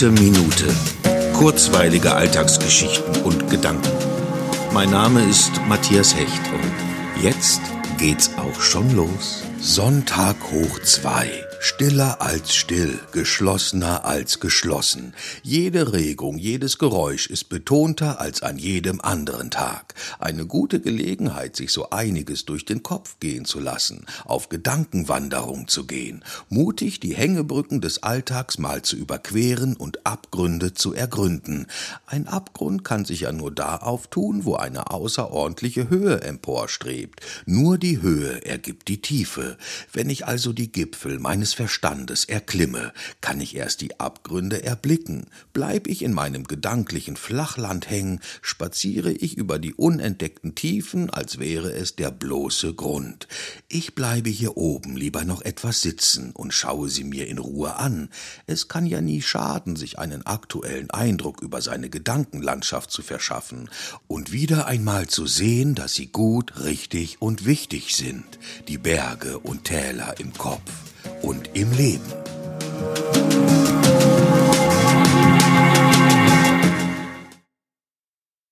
Gute Minute. Kurzweilige Alltagsgeschichten und Gedanken. Mein Name ist Matthias Hecht und jetzt geht's auch schon los. Sonntag hoch 2. Stiller als still, geschlossener als geschlossen. Jede Regung, jedes Geräusch ist betonter als an jedem anderen Tag. Eine gute Gelegenheit, sich so einiges durch den Kopf gehen zu lassen, auf Gedankenwanderung zu gehen, mutig die Hängebrücken des Alltags mal zu überqueren und Abgründe zu ergründen. Ein Abgrund kann sich ja nur da auftun, wo eine außerordentliche Höhe emporstrebt. Nur die Höhe ergibt die Tiefe. Wenn ich also die Gipfel meines Verstandes erklimme, kann ich erst die Abgründe erblicken. Bleib ich in meinem gedanklichen Flachland hängen, spaziere ich über die unentdeckten Tiefen, als wäre es der bloße Grund. Ich bleibe hier oben lieber noch etwas sitzen und schaue sie mir in Ruhe an. Es kann ja nie schaden, sich einen aktuellen Eindruck über seine Gedankenlandschaft zu verschaffen und wieder einmal zu sehen, dass sie gut, richtig und wichtig sind, die Berge und Täler im Kopf und im Leben.